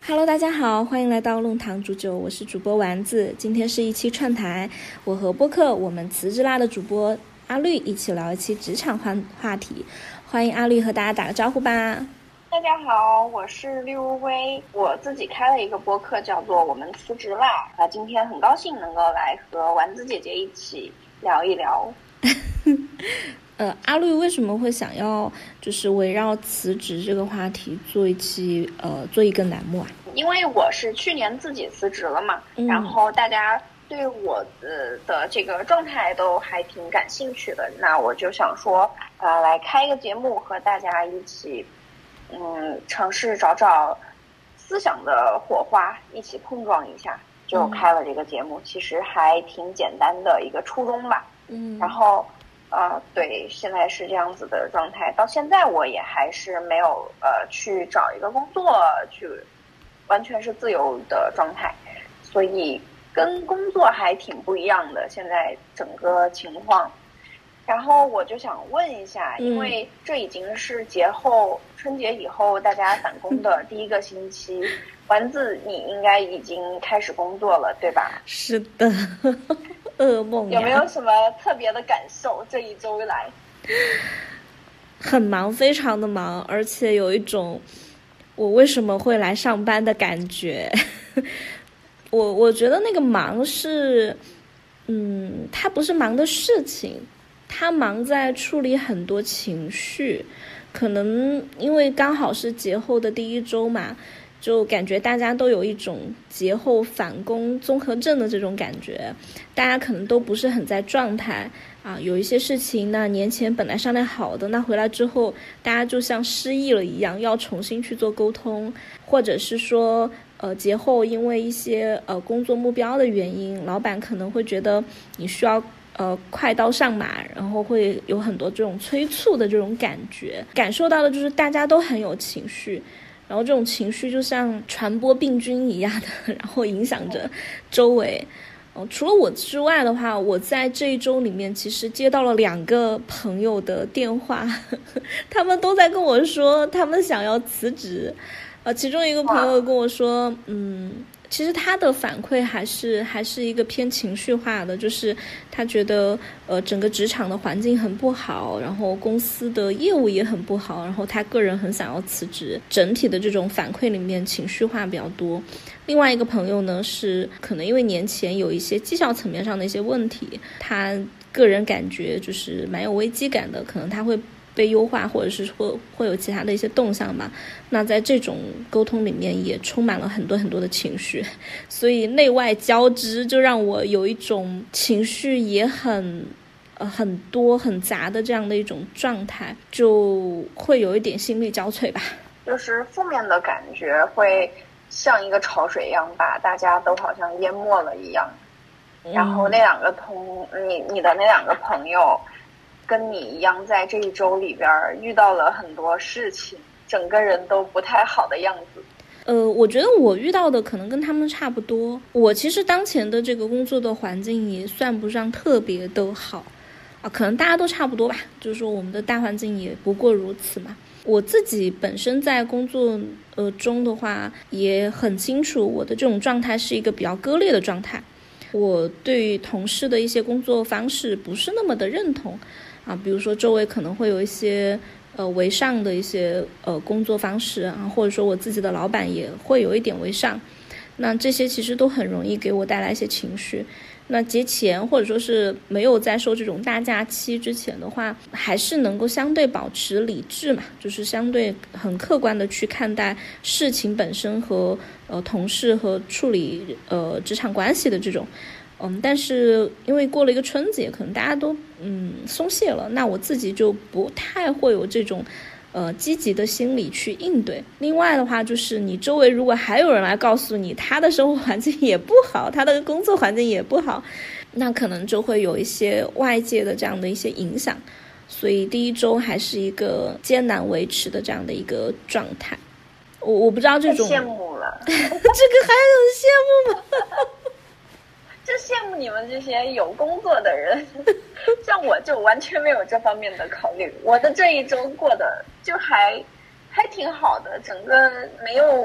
Hello， 大家好，欢迎来到弄堂煮酒，我是主播丸子。今天是一期串台，我和播客我们辞职啦的主播阿绿一起聊一期职场话题。欢迎阿绿和大家打个招呼吧。 大家好，我是绿乌龟，我自己开了一个播客，叫做我们辞职啦。今天很高兴能够来和丸子姐姐一起聊一聊。 阿绿为什么会想要就是围绕辞职这个话题做一个栏目啊？ 因为我是去年自己辞职了嘛，然后大家对我的这个状态都还挺感兴趣的，那我就想说，来开一个节目和大家一起，尝试找思想的火花，一起碰撞一下，就开了这个节目。其实还挺简单的一个初衷吧。然后。对，现在是这样子的状态。到现在我也还是没有去找一个工作，去完全是自由的状态，所以跟工作还挺不一样的。现在整个情况，然后我就想问一下，因为这已经是春节以后大家返工的第一个星期，丸子你应该已经开始工作了，对吧？ 是的。噩梦有没有什么特别的感受？这一周来很忙，非常的忙，而且有一种我为什么会来上班的感觉。我觉得那个忙是他不是忙的事情，他忙在处理很多情绪。可能因为刚好是节后的第一周嘛，就感觉大家都有一种节后返工综合症的这种感觉，大家可能都不是很在状态啊。有一些事情呢，年前本来商量好的，那回来之后大家就像失忆了一样，要重新去做沟通，或者是说节后因为一些工作目标的原因，老板可能会觉得你需要快刀上马，然后会有很多这种催促的这种感觉，感受到的就是大家都很有情绪，然后这种情绪就像传播病菌一样的，然后影响着周围。除了我之外的话，我在这一周里面其实接到了2个朋友的电话，他们都在跟我说他们想要辞职。其中一个朋友跟我说，其实他的反馈还是一个偏情绪化的，就是他觉得整个职场的环境很不好，然后公司的业务也很不好，然后他个人很想要辞职，整体的这种反馈里面情绪化比较多。另外一个朋友呢，是可能因为年前有一些绩效层面上的一些问题，他个人感觉就是蛮有危机感的，可能他会被优化，或者是会有其他的一些动向吧。那在这种沟通里面也充满了很多很多的情绪，所以内外交织，就让我有一种情绪也很多很杂的这样的一种状态，就会有一点心力交瘁吧。 就是负面的感觉会像一个潮水一样把大家都好像淹没了一样。然后那2个你的那2个朋友跟你一样，在这一周里边遇到了很多事情，整个人都不太好的样子。 我觉得我遇到的可能跟他们差不多。我其实当前的这个工作的环境也算不上特别的好啊，可能大家都差不多吧，就是说我们的大环境也不过如此嘛。我自己本身在工作中的话，也很清楚我的这种状态是一个比较割裂的状态。我对于同事的一些工作方式不是那么的认同啊，比如说周围可能会有一些为上的一些工作方式啊，或者说我自己的老板也会有一点为上，那这些其实都很容易给我带来一些情绪。那节前或者说是没有在受这种大假期之前的话，还是能够相对保持理智嘛，就是相对很客观的去看待事情本身和同事和处理职场关系的这种。但是因为过了一个春节，可能大家都松懈了，那我自己就不太会有这种积极的心理去应对。另外的话，就是你周围如果还有人来告诉你他的生活环境也不好，他的工作环境也不好，那可能就会有一些外界的这样的一些影响。所以第一周还是一个艰难维持的这样的一个状态。我不知道这种羡慕了这个还很羡慕吗？ 就羡慕你们这些有工作的人，像我就完全没有这方面的考虑。我的这一周过得就还挺好的，整个没有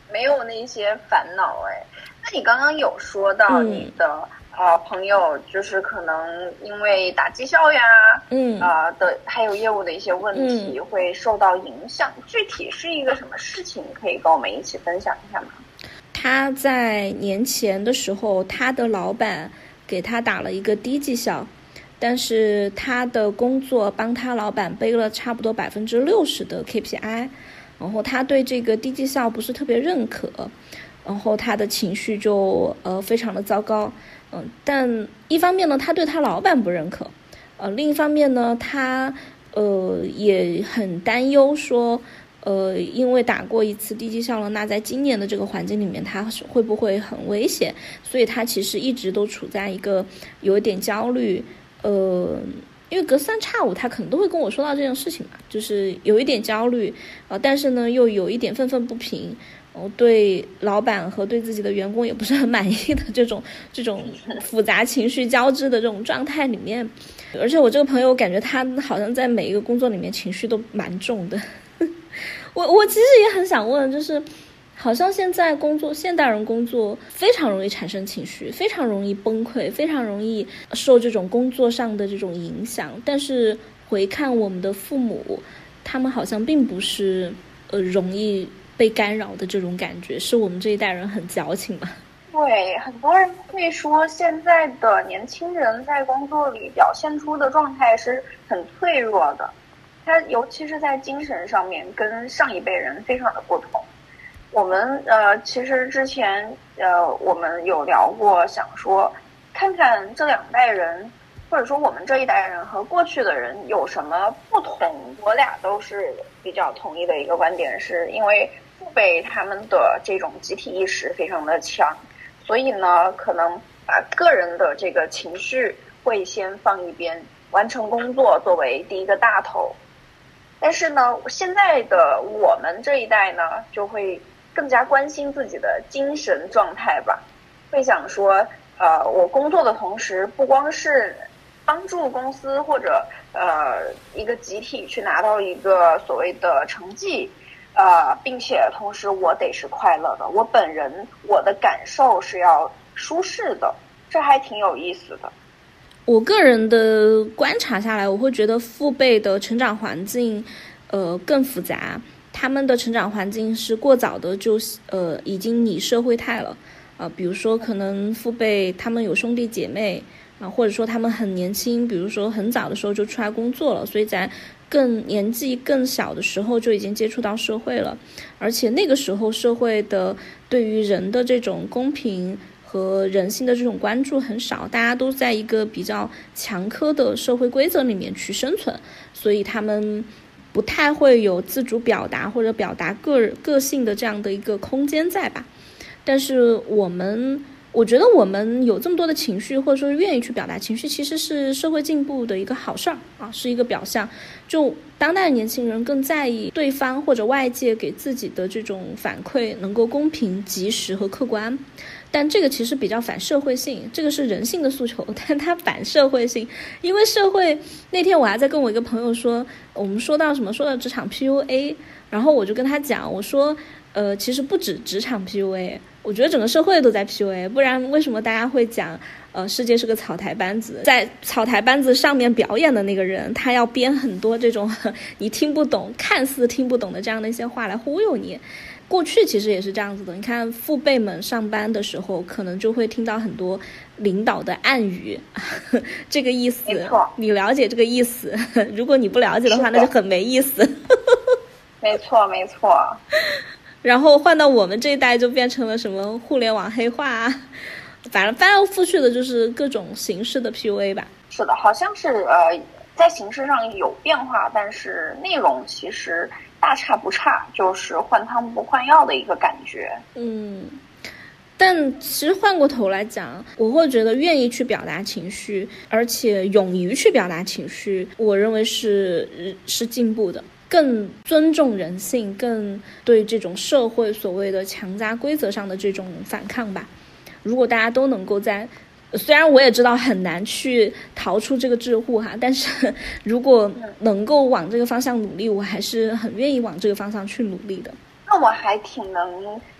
没有那些烦恼哎。那你刚刚有说到你的朋友，就是可能因为打绩效呀，还有业务的一些问题会受到影响，具体是一个什么事情，可以跟我们一起分享一下吗？ 他在年前的时候，他的老板给他打了一个低绩效，但是他的工作帮他老板背了差不多60%的 KPI， 然后他对这个低绩效不是特别认可，然后他的情绪就非常的糟糕。但一方面呢，他对他老板不认可，另一方面呢，他也很担忧说，因为打过一次低绩效了，那在今年的这个环境里面，他会不会很危险？所以他其实一直都处在一个有一点焦虑，因为隔三差五他可能都会跟我说到这件事情嘛，就是有一点焦虑，但是呢又有一点愤愤不平。对老板和对自己的员工也不是很满意的这种复杂情绪交织的这种状态里面，而且我这个朋友感觉他好像在每一个工作里面情绪都蛮重的。我其实也很想问，就是好像现代人工作非常容易产生情绪，非常容易崩溃，非常容易受这种工作上的这种影响，但是回看我们的父母，他们好像并不是容易被干扰的这种感觉，是我们这一代人很矫情嘛？ 对，很多人会说现在的年轻人在工作里表现出的状态是很脆弱的，他尤其是在精神上面跟上一辈人非常的不同。我们其实之前我们有聊过，想说看看这两代人，或者说我们这一代人和过去的人有什么不同。我俩都是比较同意的一个观点，是因为父辈他们的这种集体意识非常的强，所以呢可能把个人的这个情绪会先放一边，完成工作作为第一个大头。但是呢现在的我们这一代呢就会更加关心自己的精神状态吧，会想说我工作的同时不光是帮助公司或者一个集体去拿到一个所谓的成绩，并且同时我得是快乐的，我本人我的感受是要舒适的，这还挺有意思的。 我个人的观察下来，我会觉得父辈的成长环境更复杂，他们的成长环境是过早的就已经拟社会态了，比如说可能父辈他们有兄弟姐妹，或者说他们很年轻，比如说很早的时候就出来工作了，所以在年纪更小的时候就已经接触到社会了，而且那个时候社会的对于人的这种公平和人性的这种关注很少，大家都在一个比较强苛的社会规则里面去生存，所以他们不太会有自主表达或者表达个性的这样的一个空间在吧。但是我觉得我们有这么多的情绪，或者说愿意去表达情绪，其实是社会进步的一个好事儿是一个表象。就当代的年轻人更在意对方或者外界给自己的这种反馈能够公平、及时和客观，但这个其实比较反社会性，这个是人性的诉求，但它反社会性。因为社会，那天我还在跟我一个朋友说，我们说到职场 PUA， 然后我就跟他讲，我说其实不止职场 PUA， 我觉得整个社会都在 PUA， 不然为什么大家会讲世界是个草台班子，在草台班子上面表演的那个人，他要编很多这种你听不懂、看似听不懂的这样的一些话来忽悠你。过去其实也是这样子的，你看父辈们上班的时候可能就会听到很多领导的暗语这个意思你了解这个意思，如果你不了解的话那就很没意思没错没错。 然后换到我们这一代就变成了什么互联网黑化反正翻来覆去的就是各种形式的 PUA 吧。 是的，好像是在形式上有变化，但是内容其实大差不差，就是换汤不换药的一个感觉。 但其实换过头来讲，我会觉得愿意去表达情绪，而且勇于去表达情绪，我认为是进步的，更尊重人性，更对这种社会所谓的强加规则上的这种反抗吧。如果大家都能够虽然我也知道很难去逃出这个桎梏但是如果能够往这个方向努力，我还是很愿意往这个方向去努力的。 那我还挺能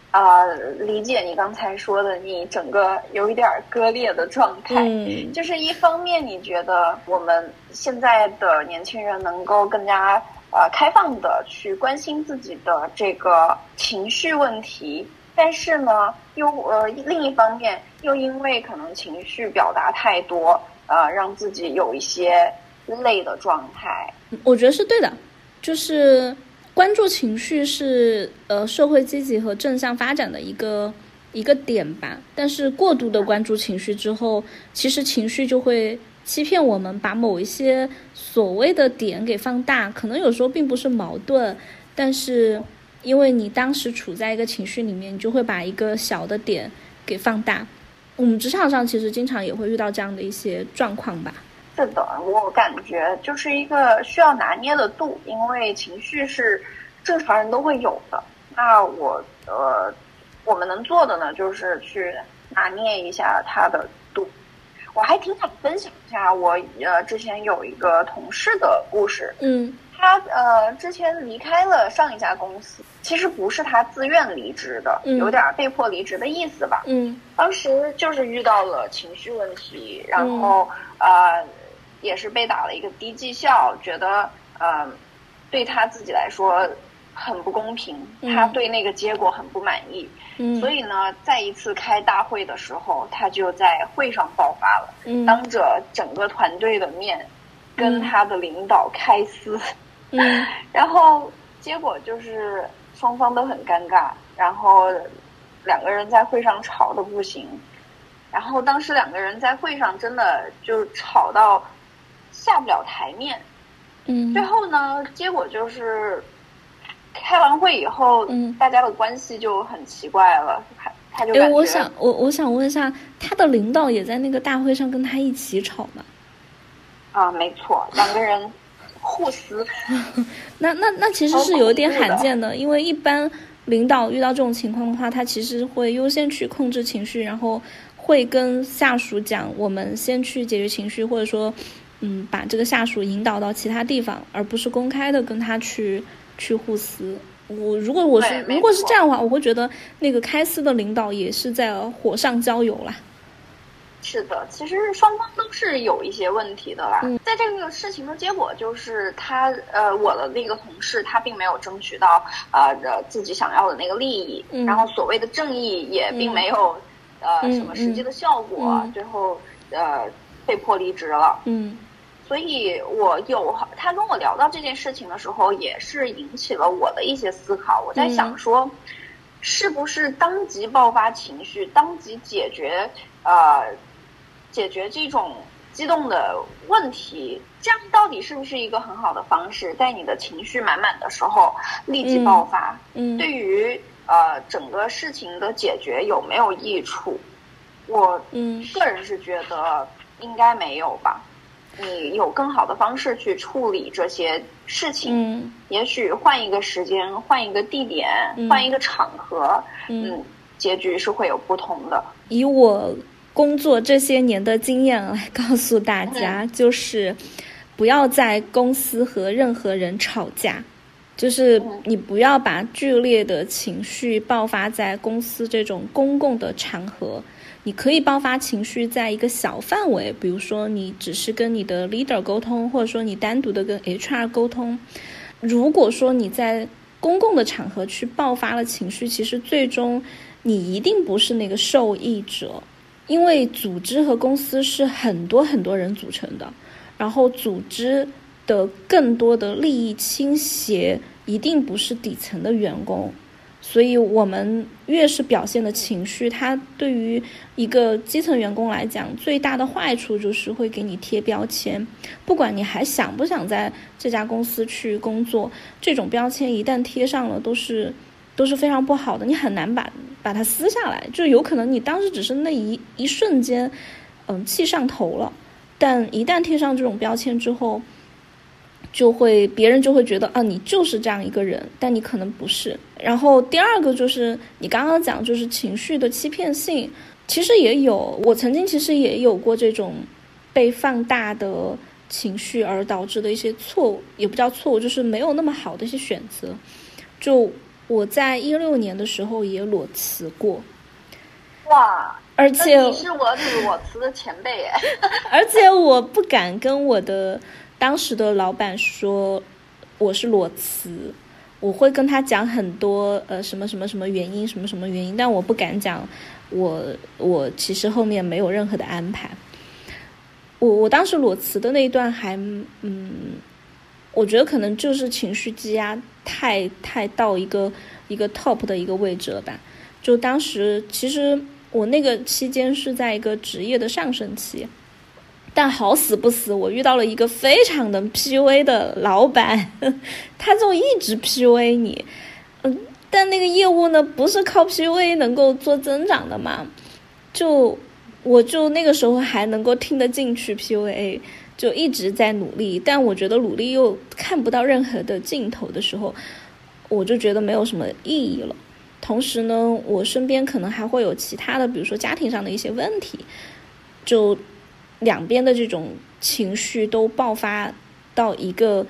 理解你刚才说的，你整个有一点割裂的状态。就是一方面你觉得我们现在的年轻人能够更加开放的去关心自己的这个情绪问题，但是呢又另一方面又因为可能情绪表达太多，让自己有一些累的状态。 我觉得是对的，就是关注情绪是社会积极和正向发展的一个点吧。但是过度的关注情绪之后，其实情绪就会欺骗我们，把某一些所谓的点给放大，可能有时候并不是矛盾，但是因为你当时处在一个情绪里面，你就会把一个小的点给放大。我们职场上其实经常也会遇到这样的一些状况吧。 是的，我感觉就是一个需要拿捏的度，因为情绪是正常人都会有的。那我们能做的呢，就是去拿捏一下它的度。我还挺想分享一下我之前有一个同事的故事。他之前离开了上一家公司，其实不是他自愿离职的，有点被迫离职的意思吧。当时就是遇到了情绪问题，然后也是被打了一个低绩效，觉得对他自己来说很不公平，他对那个结果很不满意。所以呢，在一次开大会的时候，他就在会上爆发了，当着整个团队的面跟他的领导开撕。然后结果就是双方都很尴尬，然后两个人在会上吵得不行，然后当时两个人在会上真的就吵到下不了台面。最后呢，结果就是开完会以后，大家的关系就很奇怪了。他就感觉我想问一下，他的领导也在那个大会上跟他一起吵吗？ 没错，两个人互撕。 那其实是有点罕见的，因为一般领导遇到这种情况的话，他其实会优先去控制情绪，然后会跟下属讲，我们先去解决情绪，或者说把这个下属引导到其他地方，而不是公开的跟他去互撕。如果是这样的话，我会觉得那个开撕的领导也是在火上浇油啦。 是的，其实双方都是有一些问题的啦。在这个事情的结果就是我的那个同事他并没有争取到自己想要的那个利益，然后所谓的正义也并没有什么实际的效果，最后被迫离职了。所以他跟我聊到这件事情的时候，也是引起了我的一些思考。我在想说，是不是当即爆发情绪，当即解决这种激动的问题，这样到底是不是一个很好的方式？在你的情绪满满的时候立即爆发，对于整个事情的解决有没有益处？我个人是觉得应该没有吧。你有更好的方式去处理这些事情，也许换一个时间，换一个地点，换一个场合，结局是会有不同的。 以我工作这些年的经验来告诉大家，就是不要在公司和任何人吵架，就是你不要把剧烈的情绪爆发在公司这种公共的场合。你可以爆发情绪在一个小范围，比如说你只是跟你的 leader 沟通，或者说你单独的跟 HR 沟通。如果说你在公共的场合去爆发了情绪，其实最终你一定不是那个受益者，因为组织和公司是很多很多人组成的，然后组织的更多的利益倾斜一定不是底层的员工。所以我们越是表现的情绪，它对于一个基层员工来讲，最大的坏处就是会给你贴标签。不管你还想不想在这家公司去工作，这种标签一旦贴上了，都是非常不好的，你很难把它撕下来。就有可能你当时只是那一瞬间气上头了，但一旦贴上这种标签之后，别人就会觉得你就是这样一个人，但你可能不是。然后第二个就是你刚刚讲，就是情绪的欺骗性，其实也有，我曾经其实也有过这种被放大的情绪而导致的一些错误，也不叫错误，就是没有那么好的一些选择。就我在16年的时候也裸辞过。 哇， 而且你是我裸辞的前辈耶。 而且我不敢跟我的当时的老板说我是裸辞，我会跟他讲很多什么什么什么原因，什么什么原因，但我不敢讲我其实后面没有任何的安排。我当时裸辞的那一段还我觉得可能就是情绪积压太到一个 top 的一个位置了吧。就当时其实我那个期间是在一个职业的上升期，但好死不死我遇到了一个非常的 PUA 的老板，他就一直 PUA 你。但那个业务呢不是靠 PUA 能够做增长的嘛，我就那个时候还能够听得进去 PUA， 就一直在努力，但我觉得努力又看不到任何的尽头的时候，我就觉得没有什么意义了。同时呢，我身边可能还会有其他的，比如说家庭上的一些问题，就两边的这种情绪都爆发到一个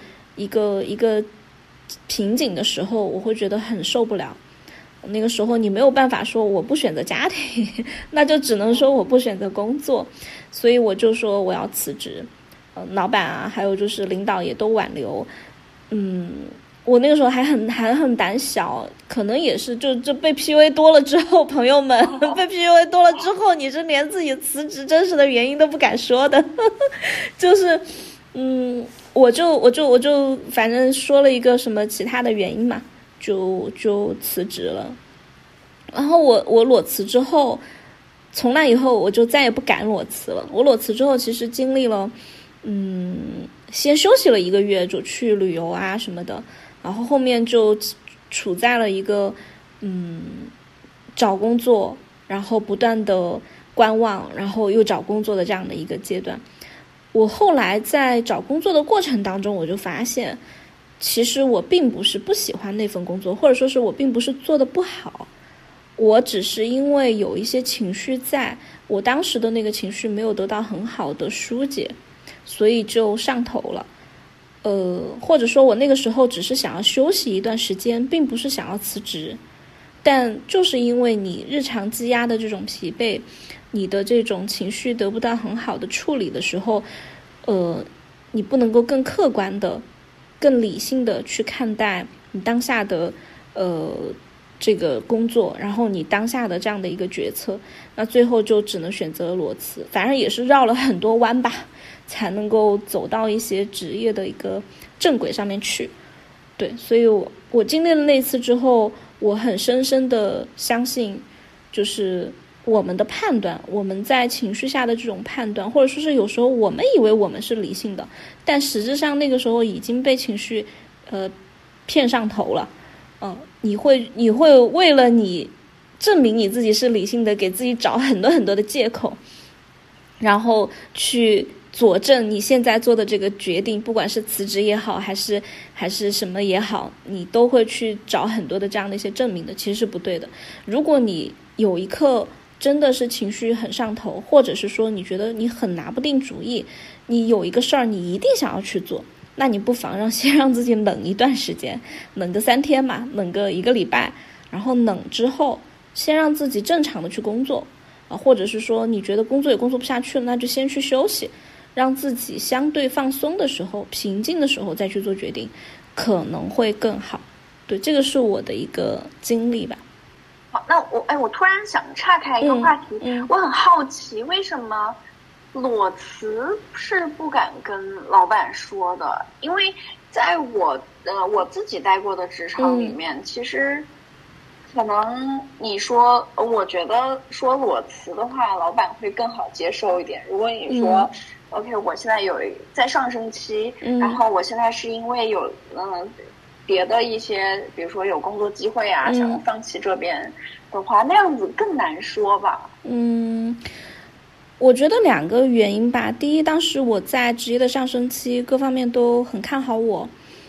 瓶颈的时候，我会觉得很受不了。那个时候你没有办法说我不选择家庭，那就只能说我不选择工作，所以我就说我要辞职。老板啊，还有就是领导也都挽留。我那个时候还很胆小，可能也是就被 PUA 多了之后，朋友们被 PUA 多了之后，你是连自己辞职真实的原因都不敢说的。就是我就反正说了一个什么其他的原因嘛，就辞职了。然后我裸辞之后，从那以后我就再也不敢裸辞了。我裸辞之后其实经历了先休息了1个月，就去旅游啊什么的，然后后面就处在了一个找工作，然后不断的观望，然后又找工作的这样的一个阶段。我后来在找工作的过程当中，我就发现其实我并不是不喜欢那份工作，或者说是我并不是做的不好，我只是因为有一些情绪在，我当时的那个情绪没有得到很好的疏解，所以就上头了。或者说我那个时候只是想要休息一段时间，并不是想要辞职，但就是因为你日常积压的这种疲惫，你的这种情绪得不到很好的处理的时候，你不能够更客观的、更理性的去看待你当下的这个工作，然后你当下的这样的一个决策，那最后就只能选择裸辞，反正也是绕了很多弯吧，才能够走到一些职业的一个正轨上面去。对，所以我经历了那次之后，我很深深的相信，就是我们的判断，我们在情绪下的这种判断，或者说是有时候我们以为我们是理性的，但实质上那个时候已经被情绪骗上头了。你会为了你证明你自己是理性的，给自己找很多很多的借口，然后去佐证你现在做的这个决定，不管是辞职也好，还是什么也好，你都会去找很多的这样的一些证明的，其实是不对的。如果你有一刻真的是情绪很上头，或者是说你觉得你很拿不定主意，你有一个事儿你一定想要去做，那你不妨先让自己冷一段时间，冷个3天嘛，冷个1个礼拜，然后冷之后先让自己正常的去工作或者是说你觉得工作也工作不下去了，那就先去休息，让自己相对放松的时候、平静的时候再去做决定，可能会更好。对，这个是我的一个经历吧。 好，那我突然想岔开一个话题，我很好奇为什么裸辞是不敢跟老板说的？因为在我自己待过的职场里面，其实可能你说，我觉得说裸辞的话，老板会更好接受一点。如果你说，OK， 我现在有在上升期，然后我现在是因为有别的一些，比如说有工作机会啊，想放弃这边的话，那样子更难说吧。 我觉得2个原因吧。第一，当时我在职业的上升期，各方面都很看好我。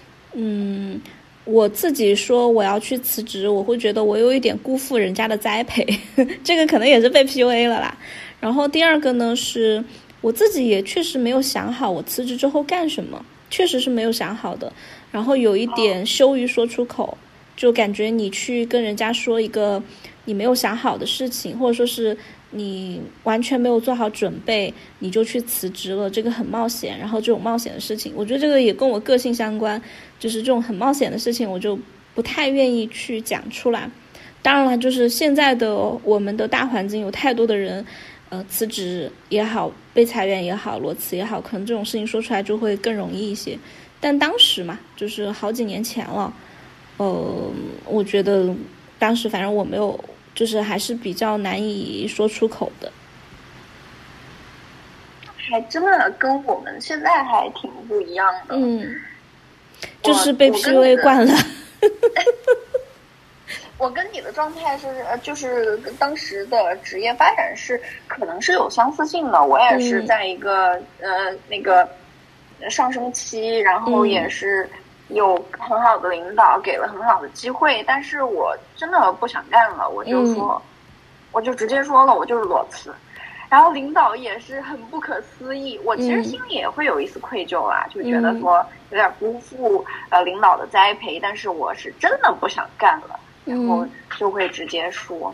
我自己说我要去辞职，我会觉得我有一点辜负人家的栽培，这个可能也是被 PUA 了啦。然后第二个呢，是我自己也确实没有想好我辞职之后干什么，确实是没有想好的。然后有一点羞于说出口， 就感觉你去跟人家说一个你没有想好的事情，或者说是你完全没有做好准备，你就去辞职了，这个很冒险。然后这种冒险的事情，我觉得这个也跟我个性相关，就是这种很冒险的事情我就不太愿意去讲出来。当然了，就是现在的我们的大环境有太多的人辞职也好，被裁员也好，裸辞也好，可能这种事情说出来就会更容易一些。但当时嘛，就是好几年前了，我觉得当时反正我没有，就是还是比较难以说出口的。 还真的跟我们现在还挺不一样的。 就是被 PUA 惯了。 我跟你的状态是，就是当时的职业发展是可能是有相似性的。我也是在一个那个上升期，然后也是有很好的领导，给了很好的机会，但是我真的不想干了，我就说，我就直接说了，我就是裸辞。然后领导也是很不可思议，我其实心里也会有一丝愧疚啦，就觉得说有点辜负领导的栽培，但是我是真的不想干了。然后就会直接说，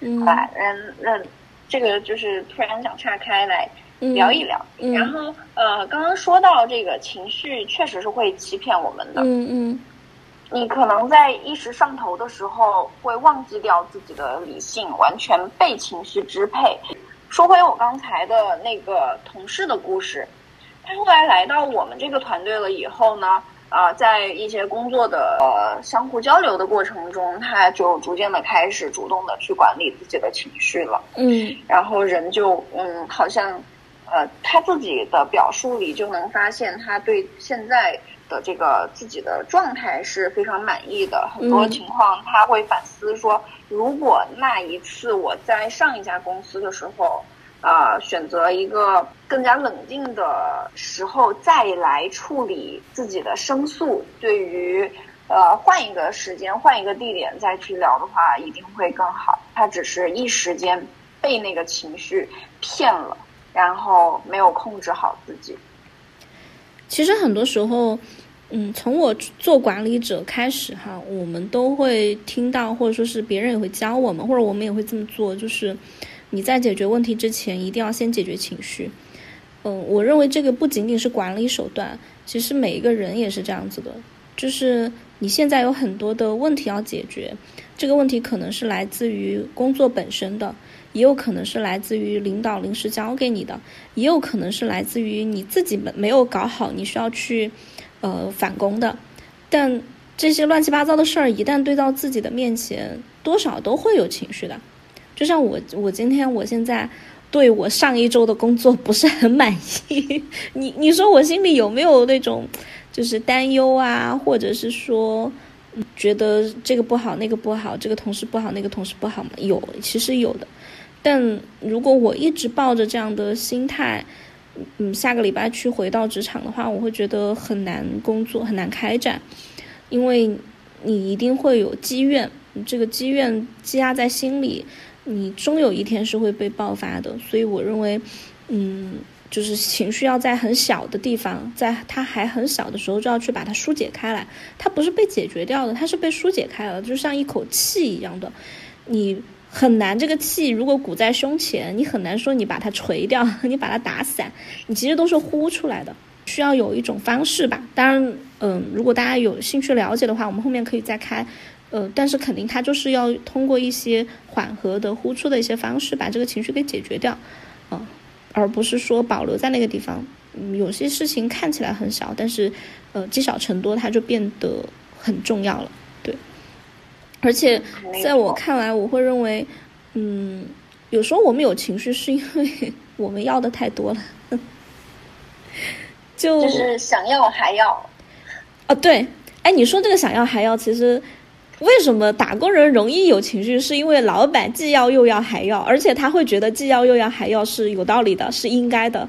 这个就是突然想岔开来聊一聊。然后刚刚说到这个情绪确实是会欺骗我们的。你可能在一时上头的时候会忘记掉自己的理性，完全被情绪支配。说回我刚才的那个同事的故事，他后来来到我们这个团队了以后呢，在一些工作的相互交流的过程中，他就逐渐的开始主动的去管理自己的情绪了。然后人就好像他自己的表述里就能发现他对现在的这个自己的状态是非常满意的。很多情况他会反思说，如果那一次我在上一家公司的时候选择一个更加冷静的时候再来处理自己的申诉，对于换一个时间换一个地点再去聊的话一定会更好。他只是一时间被那个情绪骗了，然后没有控制好自己。 其实很多时候从我做管理者开始哈，我们都会听到，或者说是别人也会教我们，或者我们也会这么做，就是你在解决问题之前一定要先解决情绪。我认为这个不仅仅是管理手段，其实每一个人也是这样子的，就是你现在有很多的问题要解决，这个问题可能是来自于工作本身的，也有可能是来自于领导临时交给你的，也有可能是来自于你自己没有搞好，你需要去返工的。但这些乱七八糟的事儿一旦堆到自己的面前，多少都会有情绪的。就像我现在对我上一周的工作不是很满意，你说我心里有没有那种就是担忧啊，或者是说觉得这个不好那个不好，这个同事不好那个同事不好吗？有，其实有的。但如果我一直抱着这样的心态下个礼拜去回到职场的话，我会觉得很难工作，很难开展，因为你一定会有积怨，这个积怨积压在心里，你终有一天是会被爆发的。所以我认为就是情绪要在很小的地方，在它还很小的时候就要去把它疏解开来，它不是被解决掉的，它是被疏解开了，就像一口气一样的。你很难，这个气如果鼓在胸前，你很难说你把它捶掉，你把它打散，你其实都是呼出来的，需要有一种方式吧。当然如果大家有兴趣了解的话，我们后面可以再开但是肯定它就是要通过一些缓和的呼出的一些方式把这个情绪给解决掉而不是说保留在那个地方。有些事情看起来很小，但是积少成多它就变得很重要了。对，而且在我看来，我会认为有时候我们有情绪是因为我们要的太多了就是想要还要对。你说这个想要还要，其实为什么打工人容易有情绪，是因为老板既要又要还要，而且他会觉得既要又要还要是有道理的，是应该的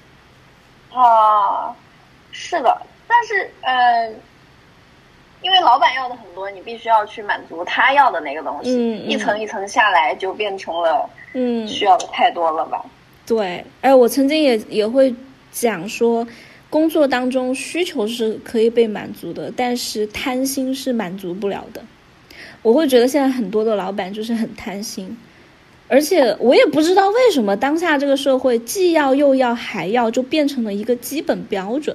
是的。但是因为老板要的很多，你必须要去满足他要的那个东西，一层一层下来就变成了需要的太多了吧。 对，我曾经也会讲说，工作当中需求是可以被满足的，但是贪心是满足不了的。 我会觉得现在很多的老板就是很贪心，而且我也不知道为什么当下这个社会既要又要还要，就变成了一个基本标准。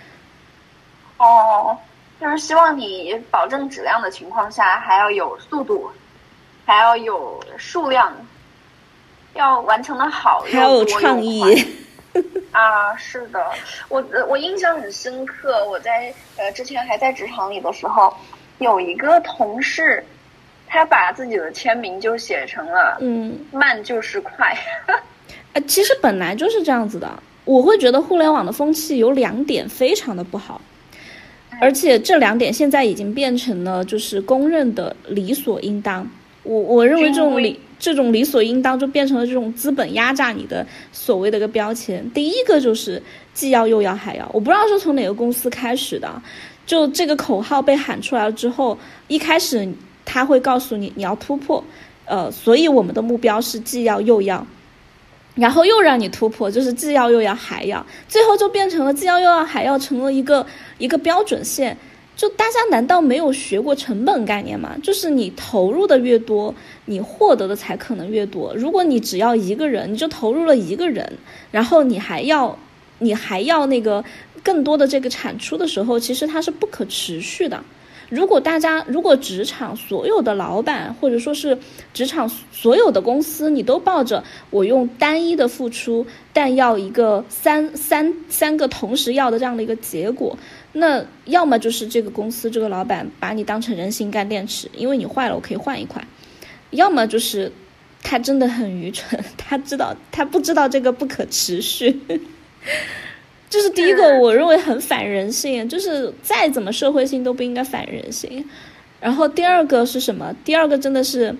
哦，就是希望你保证质量的情况下，还要有速度，还要有数量，要完成的好， 还要有创意。 啊，是的，我印象很深刻。我在之前还在职场里的时候，有一个同事，他把自己的签名就写成了慢就是快。 其实本来就是这样子的。我会觉得互联网的风气有2点非常的不好，而且这2点现在已经变成了就是公认的理所应当。我认为这种理所应当就变成了这种资本压榨你的所谓的一个标签。第一个就是既要又要还要，我不知道是从哪个公司开始的，就这个口号被喊出来了之后，一开始他会告诉你要突破，所以我们的目标是既要又要，然后又让你突破，就是既要又要还要，最后就变成了既要又要还要成了一个标准线。就大家难道没有学过成本概念吗？就是你投入的越多，你获得的才可能越多。如果你只要一个人，你就投入了一个人，然后你还要那个更多的这个产出的时候，其实它是不可持续的。如果职场所有的老板，或者说是职场所有的公司，你都抱着我用单一的付出，但要一个三个同时要的这样的一个结果，那要么就是这个公司这个老板把你当成人形干电池，因为你坏了我可以换一块，要么就是他真的很愚蠢，他不知道这个不可持续。这是第一个我认为很反人性，就是再怎么社会性都不应该反人性。然后第二个是什么？第二个真的是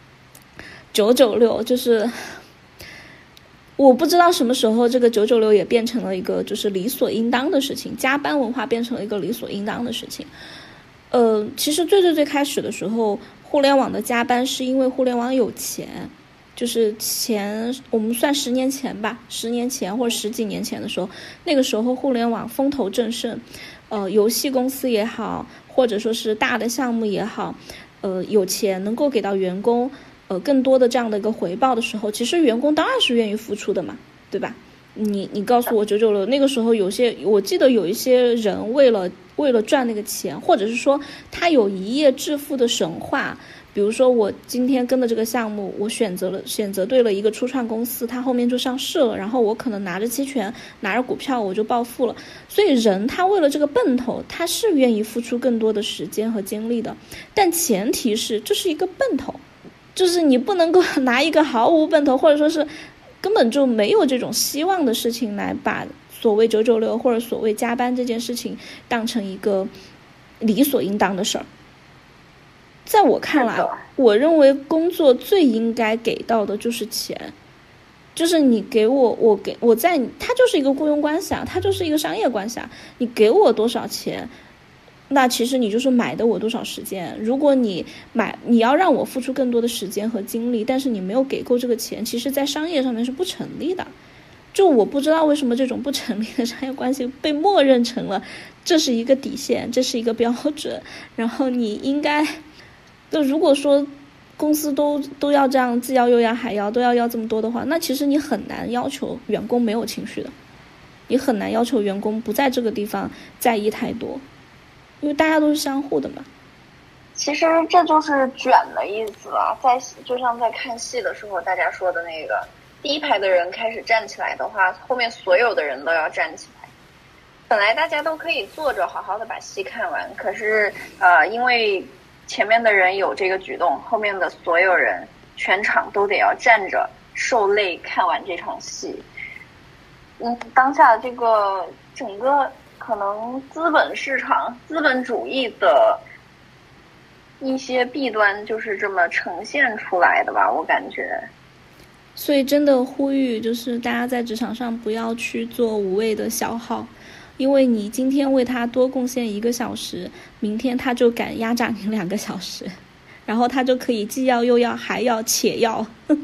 996，就是我不知道什么时候这个996也变成了一个就是理所应当的事情，加班文化变成了一个理所应当的事情。其实最开始的时候，互联网的加班是因为互联网有钱。就是我们算10年前吧，10年前或者10几年前的时候，那个时候互联网风头正盛，游戏公司也好，或者说是大的项目也好，有钱能够给到员工更多的这样的一个回报的时候，其实员工当然是愿意付出的嘛，对吧？你告诉我996，那个时候我记得有一些人为了赚那个钱，或者是说他有一夜致富的神话。比如说我今天跟的这个项目，我选择对了一个初创公司，它后面就上市了，然后我可能拿着期权拿着股票我就暴富了。所以人他为了这个奔头，他是愿意付出更多的时间和精力的，但前提是这是一个奔头，就是你不能够拿一个毫无奔头，或者说是根本就没有这种希望的事情来把所谓996或者所谓加班这件事情当成一个理所应当的事儿。在我看来，我认为工作最应该给到的就是钱，就是你给我它就是一个雇佣关系啊，它就是一个商业关系啊。你给我多少钱，那其实你就是买的我多少时间。如果你要让我付出更多的时间和精力，但是你没有给够这个钱，其实在商业上面是不成立的。就我不知道为什么这种不成立的商业关系被默认成了这是一个底线，这是一个标准，然后你应该。就如果说公司都要这样，既要又要还要，都要这么多的话，那其实你很难要求员工没有情绪的，你很难要求员工不在这个地方在意太多，因为大家都是相互的嘛。 其实这就是卷的意思了，就像在看戏的时候大家说的那个，第一排的人开始站起来的话，后面所有的人都要站起来。本来大家都可以坐着好好的把戏看完，可是因为前面的人有这个举动，后面的所有人全场都得要站着受累看完这场戏。当下这个整个可能资本市场资本主义的一些弊端就是这么呈现出来的吧，我感觉。 所以真的呼吁就是大家在职场上不要去做无谓的消耗，因为你今天为他多贡献1个小时，明天他就敢压榨你2个小时，然后他就可以既要又要还要且要。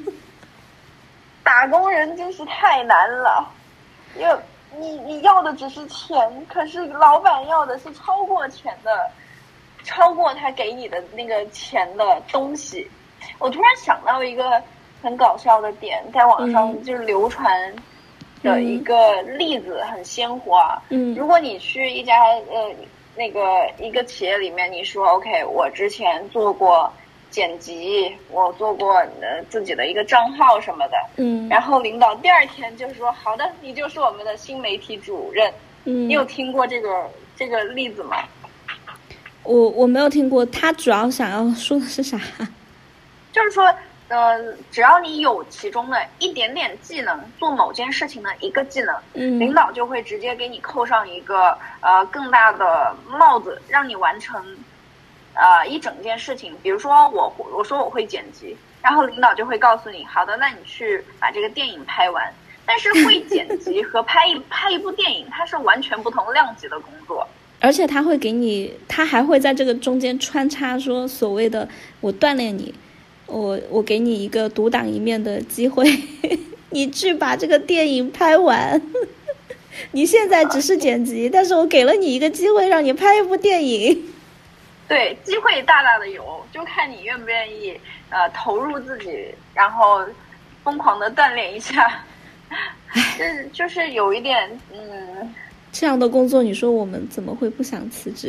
打工人真是太难了，因为你要的只是钱，可是老板要的是超过钱的超过他给你的那个钱的东西。我突然想到一个很搞笑的点，在网上就是流传的一个例子，很鲜活。如果你去一家一个企业里面，你说 OK， 我之前做过剪辑，我做过自己的一个账号什么的，然后领导第二天就说好的，你就是我们的新媒体主任。你有听过这个例子吗？ 我没有听过，他主要想要说的是啥？ 就是说只要你有其中的一点点技能，做某件事情的一个技能，领导就会直接给你扣上一个更大的帽子，让你完成一整件事情。比如说我说我会剪辑，然后领导就会告诉你，好的，那你去把这个电影拍完。但是会剪辑和拍一部电影，它是完全不同量级的工作。 而且他会给你，他还会在这个中间穿插说所谓的我锻炼你，我给你一个独当一面的机会，你去把这个电影拍完。你现在只是剪辑，但是我给了你一个机会，让你拍一部电影。 对，机会大大的有，就看你愿不愿意投入自己，然后疯狂的锻炼一下。就是有一点这样的工作，你说我们怎么会不想辞职？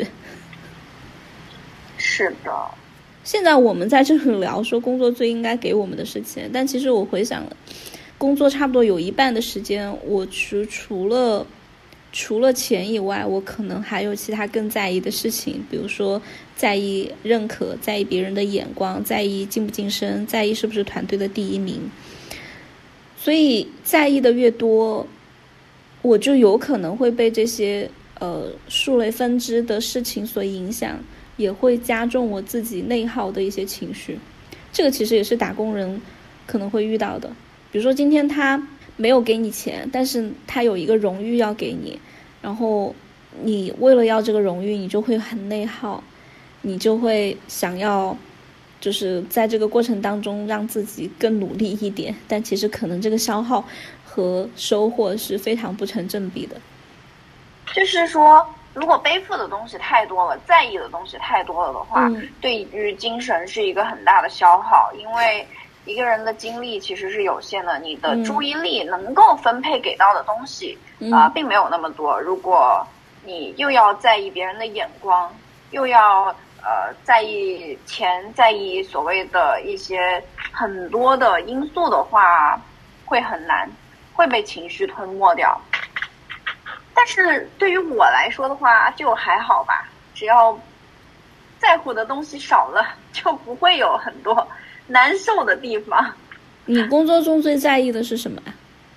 是的。 现在我们在这里聊说工作最应该给我们的是钱，但其实我回想了，工作差不多有一半的时间，我除了钱以外，我可能还有其他更在意的事情，比如说在意认可，在意别人的眼光，在意晋不晋升，在意是不是团队的第一名。所以在意的越多，我就有可能会被这些数类分支的事情所影响，也会加重我自己内耗的一些情绪。这个其实也是打工人可能会遇到的。比如说今天他没有给你钱，但是他有一个荣誉要给你，然后你为了要这个荣誉，你就会很内耗，你就会想要就是在这个过程当中让自己更努力一点，但其实可能这个消耗和收获是非常不成正比的。 就是说如果背负的东西太多了，在意的东西太多了的话，对于精神是一个很大的消耗。因为一个人的精力其实是有限的，你的注意力能够分配给到的东西并没有那么多。如果你又要在意别人的眼光，又要在意钱，在意所谓的一些很多的因素的话，会很难，会被情绪吞没掉。但是对于我来说的话，就还好吧，只要在乎的东西少了，就不会有很多难受的地方。 你工作中最在意的是什么呀？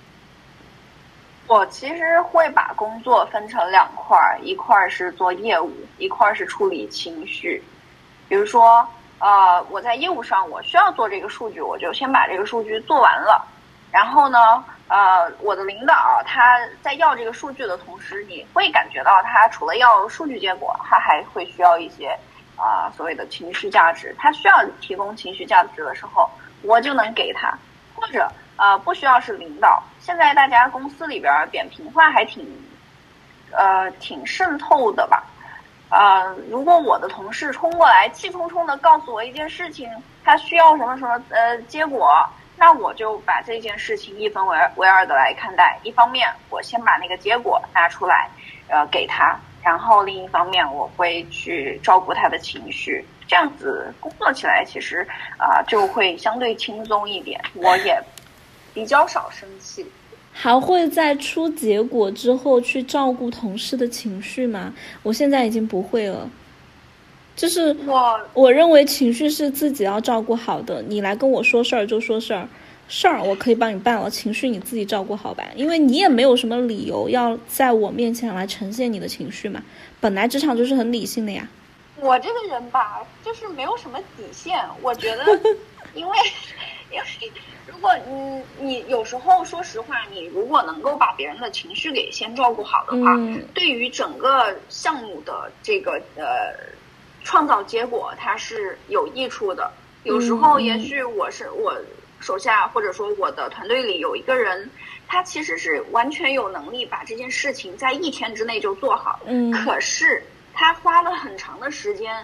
我其实会把工作分成两块，一块是做业务，一块是处理情绪。比如说我在业务上我需要做这个数据，我就先把这个数据做完了。然后呢我的领导他在要这个数据的同时，你会感觉到他除了要数据结果，他还会需要一些所谓的情绪价值。他需要提供情绪价值的时候，我就能给他。或者不需要是领导，现在大家公司里边扁平化还挺渗透的吧。如果我的同事冲过来气冲冲的告诉我一件事情，他需要什么什么结果，那我就把这件事情一分为二的来看待。一方面我先把那个结果拿出来给他，然后另一方面我会去照顾他的情绪，这样子工作起来其实就会相对轻松一点，我也比较少生气。 还会在出结果之后去照顾同事的情绪吗？我现在已经不会了。就是我认为情绪是自己要照顾好的，你来跟我说事儿就说事儿，事儿我可以帮你办了，情绪你自己照顾好吧，因为你也没有什么理由要在我面前来呈现你的情绪嘛，本来职场就是很理性的呀。 我这个人吧，就是没有什么底线，我觉得因为如果你有时候说实话，你如果能够把别人的情绪给先照顾好的话，对于整个项目的这个创造结果它是有益处的。有时候也许我手下或者说我的团队里有一个人，他其实是完全有能力把这件事情在1天之内就做好，可是他花了很长的时间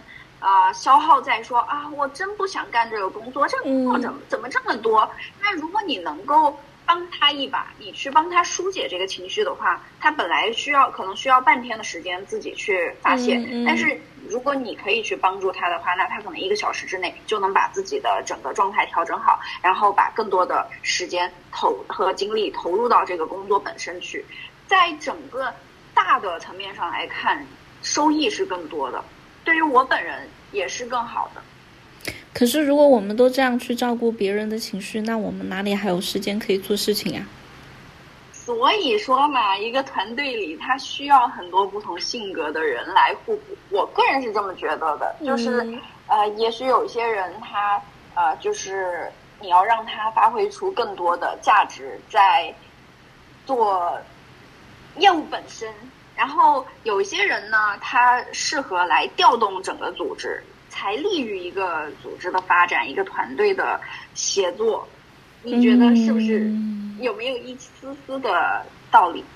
消耗在说啊，我真不想干这个工作，这个工作怎么这么多？那如果你能够帮他一把，你去帮他疏解这个情绪的话，他本来可能需要半天的时间自己去发泄，但是如果你可以去帮助他的话，那他可能1个小时之内就能把自己的整个状态调整好，然后把更多的时间和精力投入到这个工作本身去，在整个大的层面上来看，收益是更多的，对于我本人也是更好的。 可是如果我们都这样去照顾别人的情绪，那我们哪里还有时间可以做事情呀？ 所以说嘛，一个团队里他需要很多不同性格的人来互补，我个人是这么觉得的。就是也许有一些人他就是你要让他发挥出更多的价值在做业务本身，然后有一些人呢他适合来调动整个组织，才利于一个组织的发展，一个团队的协作。你觉得是不是有没有一丝丝的道理？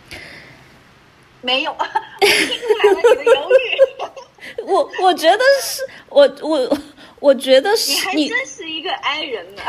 没有，我听出来了你的犹豫。 我觉得是，我觉得是你还真是一个 I 人呢。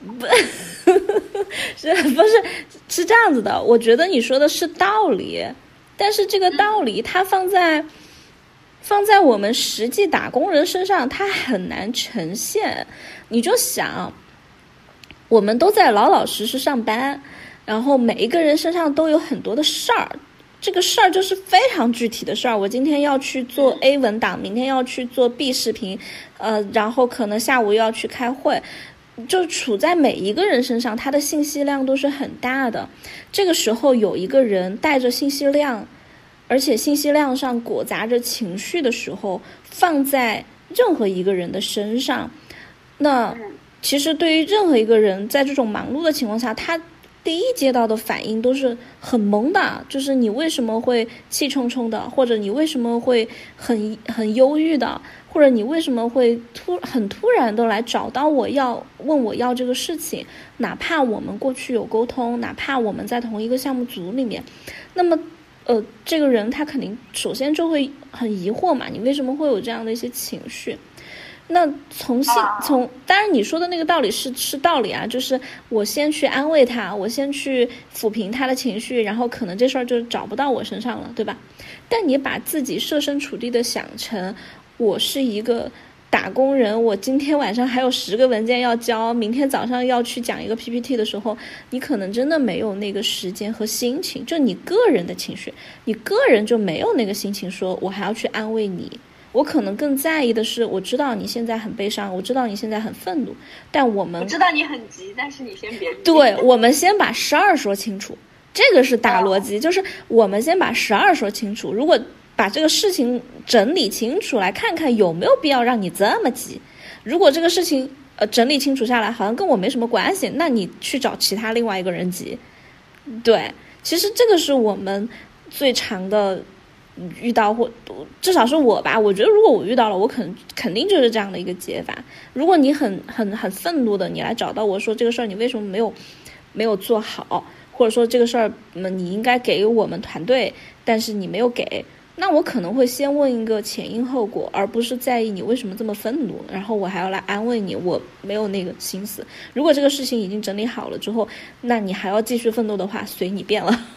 是这样子的，我觉得你说的是道理，但是这个道理它放在我们实际打工人身上，它很难呈现。你就想，我们都在老老实实上班，然后每一个人身上都有很多的事儿，这个事儿就是非常具体的事儿。我今天要去做 A 文档，明天要去做 B 视频，然后可能下午又要去开会，就处在每一个人身上，他的信息量都是很大的。这个时候有一个人带着信息量，而且信息量上裹杂着情绪的时候，放在任何一个人的身上，那其实对于任何一个人在这种忙碌的情况下，他第一接到的反应都是很懵的，就是你为什么会气冲冲的，或者你为什么会很忧郁的，或者你为什么会很突然的来找到我问我要这个事情，哪怕我们过去有沟通，哪怕我们在同一个项目组里面，那么这个人他肯定首先就会很疑惑嘛，你为什么会有这样的一些情绪？那当然你说的那个道理是道理啊，就是我先去安慰他，我先去抚平他的情绪，然后可能这事儿就找不到我身上了，对吧？但你把自己设身处地的想成我是一个打工人，我今天晚上还有10个文件要交，明天早上要去讲一个 PPT 的时候，你可能真的没有那个时间和心情，就你个人的情绪，你个人就没有那个心情说我还要去安慰你。我可能更在意的是，我知道你现在很悲伤，我知道你现在很愤怒，但我知道你很急，但是你先别急。 对，我们先把12说清楚，这个是大逻辑，就是我们先把12说清楚。如果把这个事情整理清楚，来看看有没有必要让你这么急。如果这个事情整理清楚下来，好像跟我没什么关系，那你去找其他另外一个人急。对，其实这个是我们最常的遇到，或至少是我吧，我觉得如果我遇到了，我肯定就是这样的一个解法。如果你很愤怒的，你来找到我说这个事儿你为什么没有做好，或者说这个事儿你应该给我们团队，但是你没有给，那我可能会先问一个前因后果，而不是在意你为什么这么愤怒，然后我还要来安慰你，我没有那个心思。如果这个事情已经整理好了之后，那你还要继续愤怒的话，随你便了。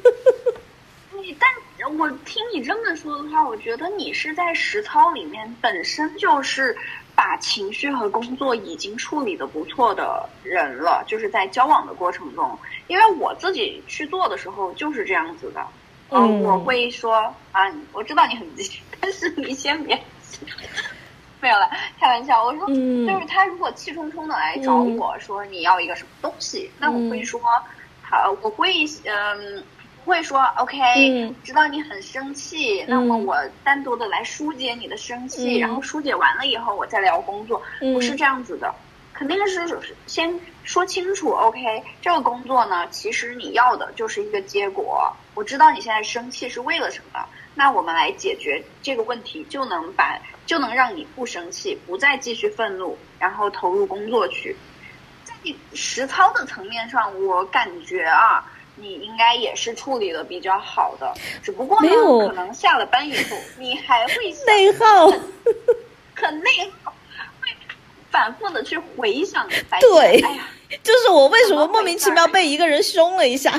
但我听你这么说的话，我觉得你是在实操里面本身就是把情绪和工作已经处理的不错的人了，就是在交往的过程中。因为我自己去做的时候就是这样子的，我会说我知道你很急，但是你先别急。没有了，开玩笑。我说，就是他如果气冲冲的来找我说你要一个什么东西，那我会说好，我会说 OK，知道你很生气，那么我单独的来疏解你的生气，然后疏解完了以后我再聊工作，不是这样子的，肯定是先说清楚 OK， 这个工作呢其实你要的就是一个结果，我知道你现在生气是为了什么，那我们来解决这个问题，就能让你不生气，不再继续愤怒，然后投入工作去。在实操的层面上，我感觉你应该也是处理的比较好的，只不过呢，可能下了班以后，你还会内耗。 很内耗，会反复的去回想。 对， 哎呀， 就是我为什么莫名其妙被一个人凶了一下。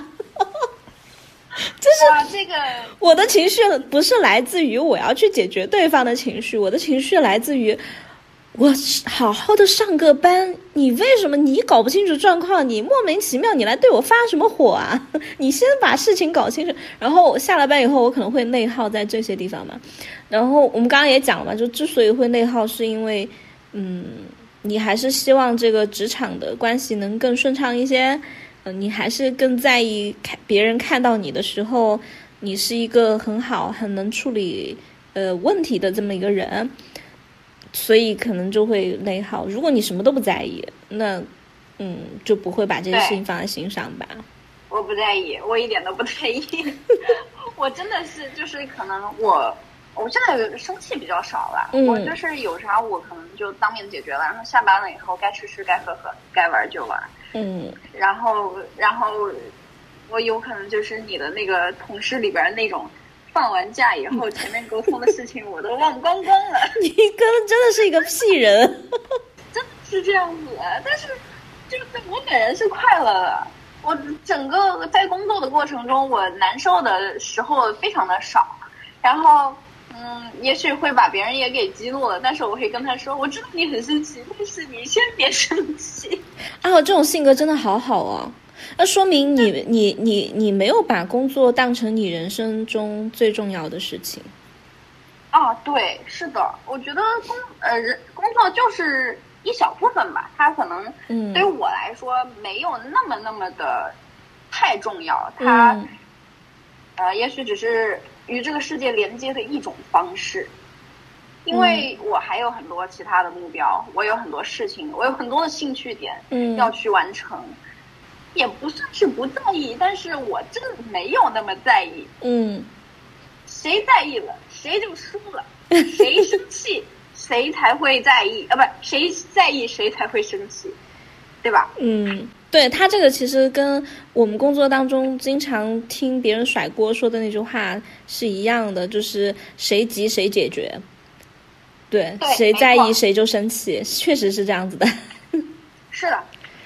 就是这个我的情绪不是来自于我要去解决对方的情绪，我的情绪来自于我好好的上个班，你为什么你搞不清楚状况，你莫名其妙你来对我发什么火啊？你先把事情搞清楚。然后下了班以后我可能会内耗在这些地方嘛。然后我们刚刚也讲了嘛，就之所以会内耗是因为你还是希望这个职场的关系能更顺畅一些，你还是更在意别人看到你的时候你是一个很好很能处理问题的这么一个人，所以可能就会内耗。如果你什么都不在意，那就不会把这些事情放在心上吧。 我不在意，我一点都不在意。我真的是就是可能我现在生气比较少了，我就是有啥我可能就当面解决了，然后下班了以后该吃吃该喝喝该玩就玩。然后我有可能就是你的那个同事里边那种放完假以后前面沟通的事情我都忘光光了。 你真的是一个屁人。 真的是这样子，但是就是我本人是快乐的，我整个在工作的过程中我难受的时候非常的少，然后也许会把别人也给激怒了，但是我会跟他说我知道你很生气，但是你先别生气啊。这种性格真的好好哦，那说明你没有把工作当成你人生中最重要的事情啊。对，是的，我觉得工作就是一小部分吧，它可能对于我来说没有那么的太重要，它也许只是与这个世界连接的一种方式，因为我还有很多其他的目标，我有很多事情，我有很多的兴趣点要去完成，也不算是不在意，但是我真的没有那么在意。谁在意了谁就输了，谁生气谁才会在意啊，不，谁在意谁才会生气，对吧？ 对，他这个其实跟我们工作当中经常听别人甩锅说的那句话是一样的，就是谁急谁解决。对，谁在意谁就生气，确实是这样子的。 是的。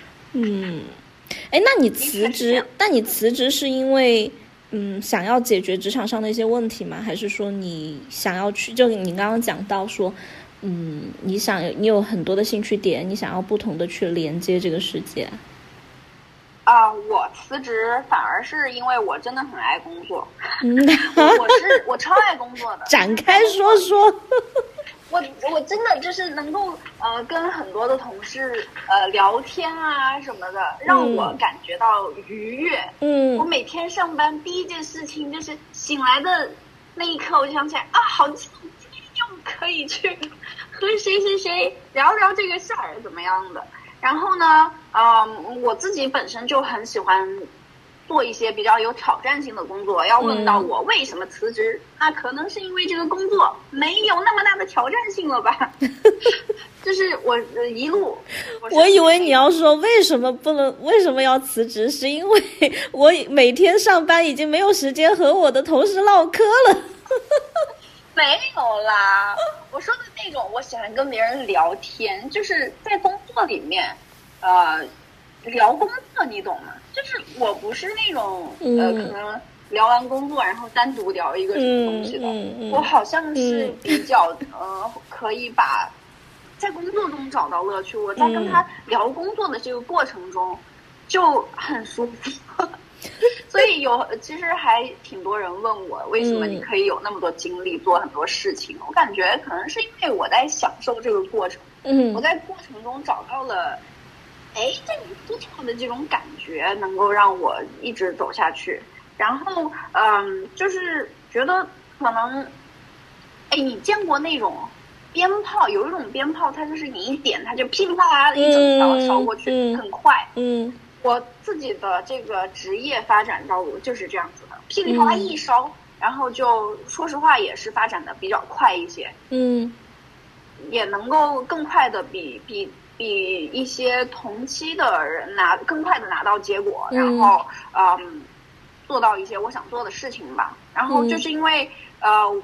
那你辞职是因为想要解决职场上的一些问题吗？还是说你想要去，就你刚刚讲到说你有很多的兴趣点，你想要不同的去连接这个世界我辞职反而是因为我真的很爱工作。我超爱工作的。 展开说说。 我真的就是能够跟很多的同事聊天啊什么的，让我感觉到愉悦。我每天上班第一件事情就是醒来的那一刻，我就想起来好今天又可以去和谁谁谁聊聊这个事儿怎么样的。然后呢我自己本身就很喜欢做一些比较有挑战性的工作，要问到我为什么辞职，那可能是因为这个工作没有那么大的挑战性了吧。就是我一路我以为你要说为什么要辞职，是因为我每天上班已经没有时间和我的同事唠嗑了。 没有啦，我说的那种我喜欢跟别人聊天，就是在工作里面聊工作，你懂吗？就是我不是那种可能聊完工作然后单独聊一个什么东西的。我好像是比较可以把在工作中找到乐趣，我在跟他聊工作的这个过程中就很舒服。所以其实还挺多人问我为什么你可以有那么多精力做很多事情。我感觉可能是因为我在享受这个过程，我在过程中找到了这种不错的这种感觉，能够让我一直走下去。然后就是觉得可能你见过那种鞭炮，有一种鞭炮它就是你一点它就噼里啪啦的一整条烧过去，很快。我自己的这个职业发展道路就是这样子的，噼里啪啦一烧，然后就说实话也是发展的比较快一些，也能够更快的比一些同期的人更快的拿到结果，然后做到一些我想做的事情吧。然后就是因为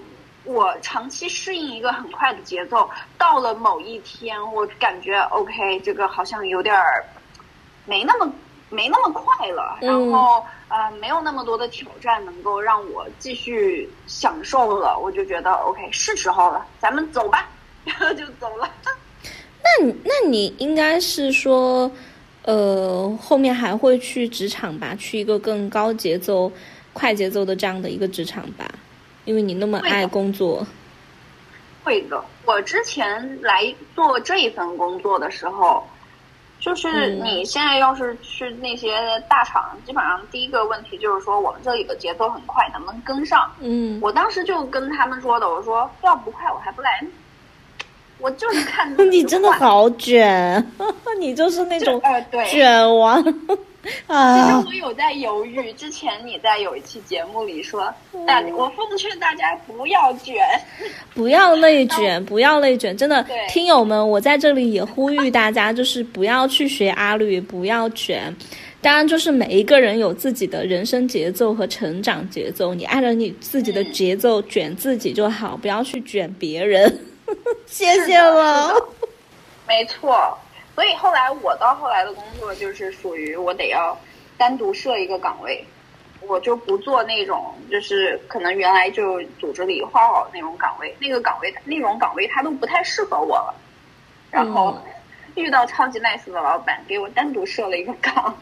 我长期适应一个很快的节奏，到了某一天，我感觉 OK， 这个好像有点没那么快了，然后没有那么多的挑战能够让我继续享受了，我就觉得 OK， 是时候了，咱们走吧，然后就走了。 那你应该是说，后面还会去职场吧，去一个更高节奏、快节奏的这样的一个职场吧，因为你那么爱工作。 会的，我之前来做这一份工作的时候，就是你现在要是去那些大厂，基本上第一个问题就是说我们这里的节奏很快，能不能跟上？我当时就跟他们说的，我说要不快我还不来呢。我就是看你真的好卷，你就是那种卷王。 其实我有在犹豫，之前你在有一期节目里说，我奉劝大家不要卷， 不要内卷，不要内卷。真的，听友们，我在这里也呼吁大家，就是不要去学阿吕，不要卷。当然，就是每一个人有自己的人生节奏和成长节奏，你按照你自己的节奏卷自己就好，不要去卷别人。谢谢了。 没错。所以我到后来的工作就是属于我得要单独设一个岗位，我就不做那种就是可能原来就组织里画好的那种岗位，那种岗位它都不太适合我了。然后遇到超级 nice 的老板，给我单独设了一个岗，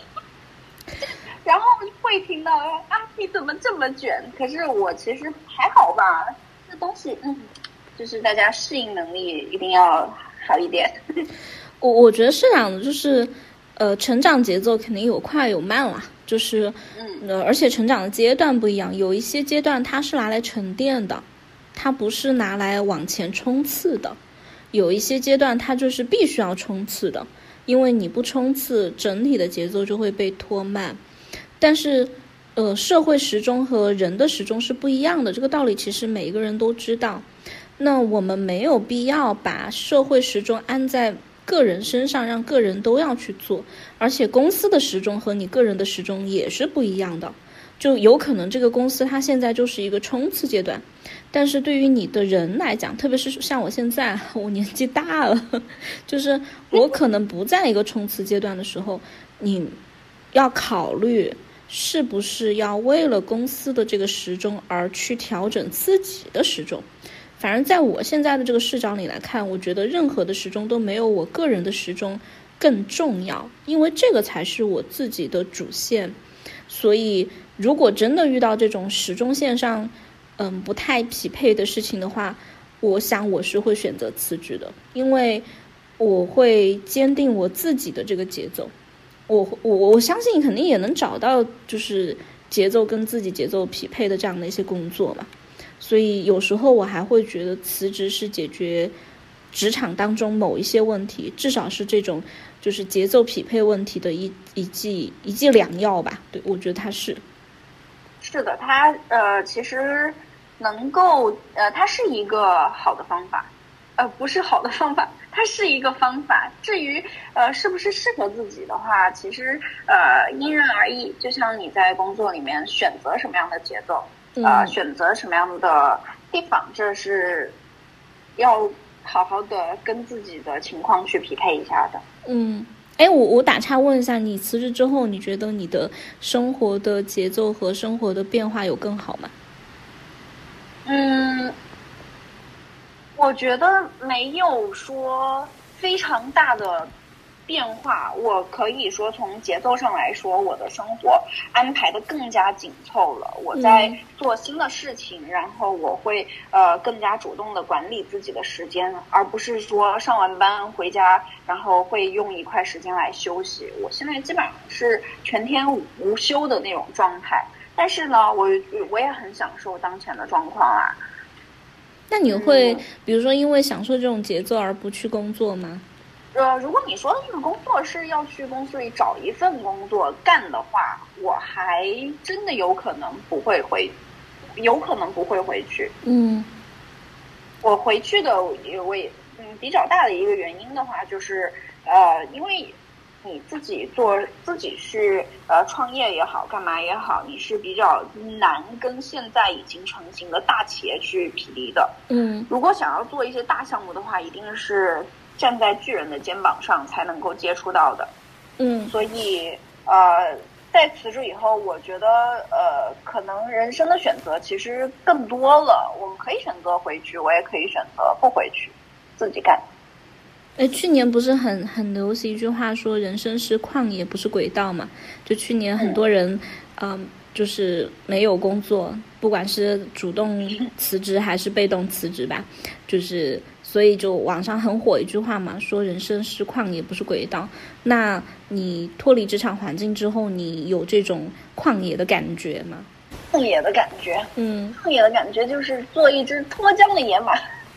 然后会听到你怎么这么卷？可是我其实还好吧，这东西就是大家适应能力一定要好一点。 我觉得是这样的，就是成长节奏肯定有快有慢啦，就是而且成长的阶段不一样，有一些阶段它是拿来沉淀的，它不是拿来往前冲刺的，有一些阶段它就是必须要冲刺的，因为你不冲刺，整体的节奏就会被拖慢。但是社会时钟和人的时钟是不一样的，这个道理其实每一个人都知道。那我们没有必要把社会时钟安在个人身上，让个人都要去做，而且公司的时钟和你个人的时钟也是不一样的，就有可能这个公司它现在就是一个冲刺阶段，但是对于你的人来讲，特别是像我现在我年纪大了，就是我可能不在一个冲刺阶段的时候，你要考虑是不是要为了公司的这个时钟而去调整自己的时钟。反正在我现在的这个视角里来看，我觉得任何的时钟都没有我个人的时钟更重要，因为这个才是我自己的主线。所以如果真的遇到这种时钟线上不太匹配的事情的话，我想我是会选择辞职的，因为我会坚定我自己的这个节奏。我相信肯定也能找到就是节奏跟自己节奏匹配的这样的一些工作嘛。所以有时候我还会觉得辞职是解决职场当中某一些问题，至少是这种就是节奏匹配问题的一剂良药吧。对，我觉得它是的，它其实能够它是一个好的方法，不是好的方法，它是一个方法。至于是不是适合自己的话，其实因人而异。就像你在工作里面选择什么样的节奏。选择什么样的地方，这是要好好的跟自己的情况去匹配一下的。 我打岔问一下，你辞职之后，你觉得你的生活的节奏和生活的变化有更好吗？ 我觉得没有说非常大的变化，我可以说从节奏上来说，我的生活安排的更加紧凑了。我在做新的事情，然后我会更加主动的管理自己的时间，而不是说上完班回家，然后会用一块时间来休息。我现在基本上是全天无休的那种状态，但是呢，我也很享受当前的状况啊。 那你会比如说因为享受这种节奏而不去工作吗？ 如果你说的这个工作是要去公司里找一份工作干的话，我还真的有可能不会回去。我回去的比较大的一个原因的话，就是因为你自己去创业也好，干嘛也好，你是比较难跟现在已经成型的大企业去匹敌的。如果想要做一些大项目的话，一定是站在巨人的肩膀上才能够接触到的。所以在辞职以后，我觉得可能人生的选择其实更多了。我们可以选择回去，我也可以选择不回去，自己干。 去年不是很流行一句话说人生是旷野不是轨道嘛？就去年很多人就是没有工作，不管是主动辞职还是被动辞职吧，就是所以就网上很火一句话嘛，说人生是旷野不是轨道。那你脱离职场环境之后，你有这种旷野的感觉吗？ 旷野的感觉，旷野的感觉就是做一只脱缰的野马。